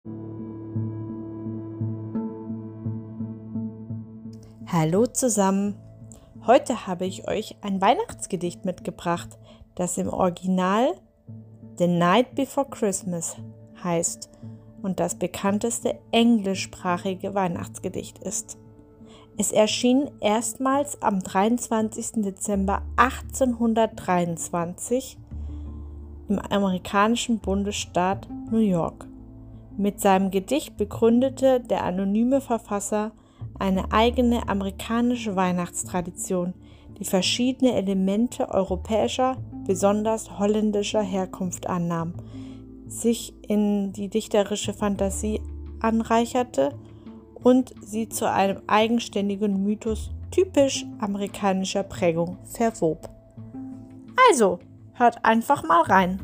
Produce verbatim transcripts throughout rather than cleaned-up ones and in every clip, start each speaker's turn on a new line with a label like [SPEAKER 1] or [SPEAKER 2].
[SPEAKER 1] Hallo zusammen! Heute habe ich euch ein Weihnachtsgedicht mitgebracht, das im Original The Night Before Christmas heißt und das bekannteste englischsprachige Weihnachtsgedicht ist. Es erschien erstmals am dreiundzwanzigsten Dezember achtzehnhundertdreiundzwanzig im amerikanischen Bundesstaat New York. Mit seinem Gedicht begründete der anonyme Verfasser eine eigene amerikanische Weihnachtstradition, die verschiedene Elemente europäischer, besonders holländischer Herkunft annahm, sich in die dichterische Fantasie anreicherte und sie zu einem eigenständigen Mythos typisch amerikanischer Prägung verwob. Also, hört einfach mal rein.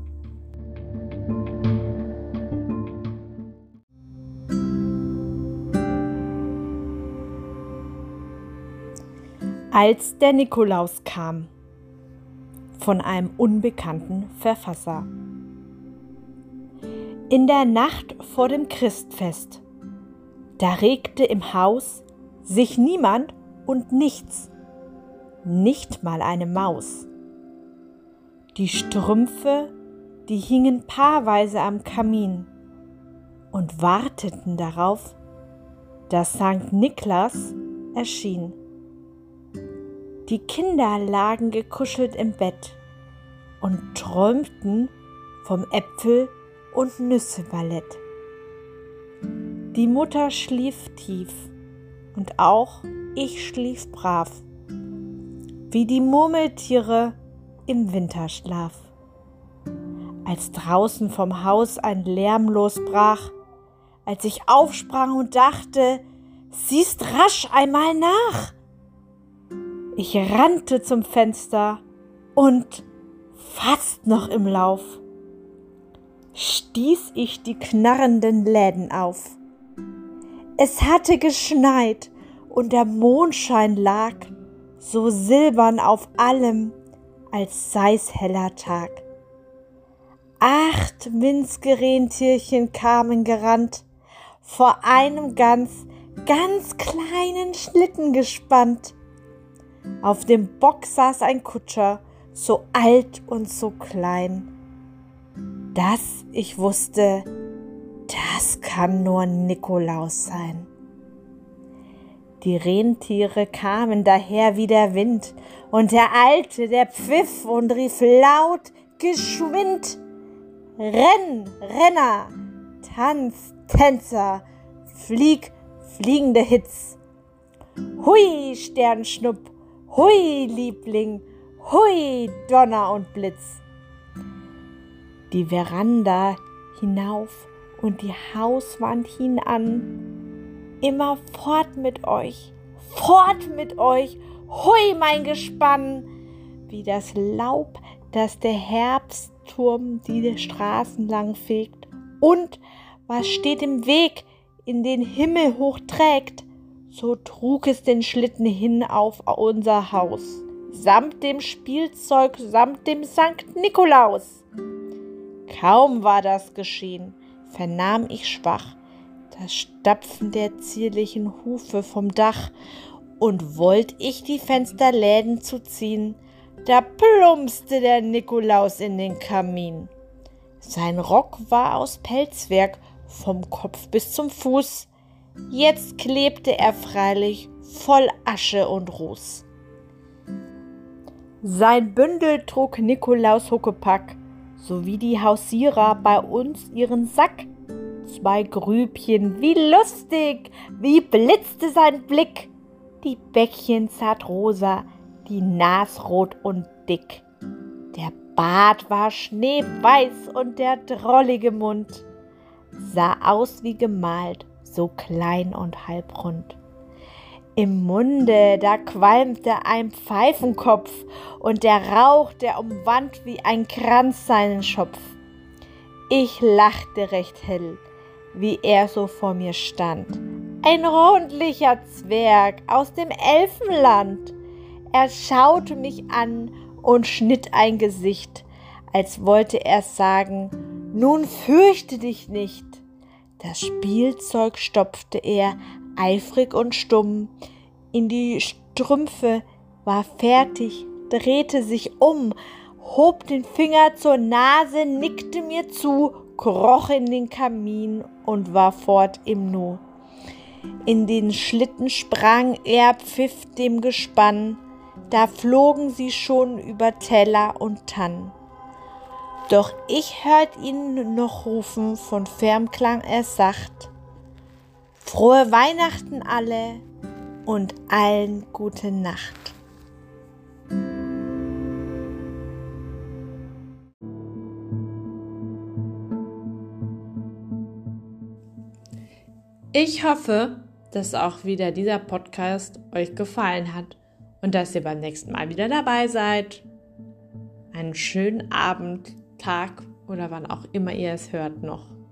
[SPEAKER 1] Als der Nikolaus kam, von einem unbekannten Verfasser. In der Nacht vor dem Christfest, da regte im Haus sich niemand und nichts, nicht mal eine Maus. Die Strümpfe, die hingen paarweise am Kamin und warteten darauf, dass Sankt Niklas erschien. Die Kinder lagen gekuschelt im Bett und träumten vom Äpfel- und Nüsse-Ballett. Die Mutter schlief tief und auch ich schlief brav, wie die Murmeltiere im Winterschlaf. Als draußen vom Haus ein Lärm losbrach, als ich aufsprang und dachte, siehst rasch einmal nach. Ich rannte zum Fenster und, fast noch im Lauf, stieß ich die knarrenden Läden auf. Es hatte geschneit und der Mondschein lag so silbern auf allem, als sei's heller Tag. Acht winzige Rentierchen kamen gerannt, vor einem ganz, ganz kleinen Schlitten gespannt. Auf dem Bock saß ein Kutscher, so alt und so klein, dass ich wusste, das kann nur Nikolaus sein. Die Rentiere kamen daher wie der Wind, und der Alte, der pfiff und rief laut, geschwind: Renn, Renner, Tanz, Tänzer, flieg, fliegende Hitz. Hui, Sternschnupp, hui, Liebling, hui, Donner und Blitz. Die Veranda hinauf und die Hauswand hinan. Immer fort mit euch, fort mit euch, hui, mein Gespann, wie das Laub, das der Herbstturm die Straßen lang fegt. Und was steht im Weg, in den Himmel hoch trägt, so trug es den Schlitten hin auf unser Haus, samt dem Spielzeug, samt dem Sankt Nikolaus. Kaum war das geschehen, vernahm ich schwach das Stapfen der zierlichen Hufe vom Dach, und wollt ich die Fensterläden zuziehen, da plumpste der Nikolaus in den Kamin. Sein Rock war aus Pelzwerk, vom Kopf bis zum Fuß, jetzt klebte er freilich voll Asche und Ruß. Sein Bündel trug Nikolaus Huckepack, sowie die Hausierer bei uns ihren Sack. Zwei Grübchen, wie lustig, wie blitzte sein Blick, die Bäckchen zartrosa, die Nas rot und dick. Der Bart war schneeweiß und der drollige Mund sah aus wie gemalt, so klein und halbrund. Im Munde, da qualmte ein Pfeifenkopf, und der Rauch, der umwand wie ein Kranz seinen Schopf. Ich lachte recht hell, wie er so vor mir stand. Ein rundlicher Zwerg aus dem Elfenland. Er schaute mich an und schnitt ein Gesicht, als wollte er sagen, nun fürchte dich nicht. Das Spielzeug stopfte er eifrig und stumm in die Strümpfe, war fertig, drehte sich um, hob den Finger zur Nase, nickte mir zu, kroch in den Kamin und war fort im Nu. In den Schlitten sprang er, pfiff dem Gespann, da flogen sie schon über Teller und Tann. Doch ich hört ihn noch rufen, von fern klang er sacht: Frohe Weihnachten alle und allen gute Nacht.
[SPEAKER 2] Ich hoffe, dass auch wieder dieser Podcast euch gefallen hat und dass ihr beim nächsten Mal wieder dabei seid. Einen schönen Abend, Tag oder wann auch immer ihr es hört noch.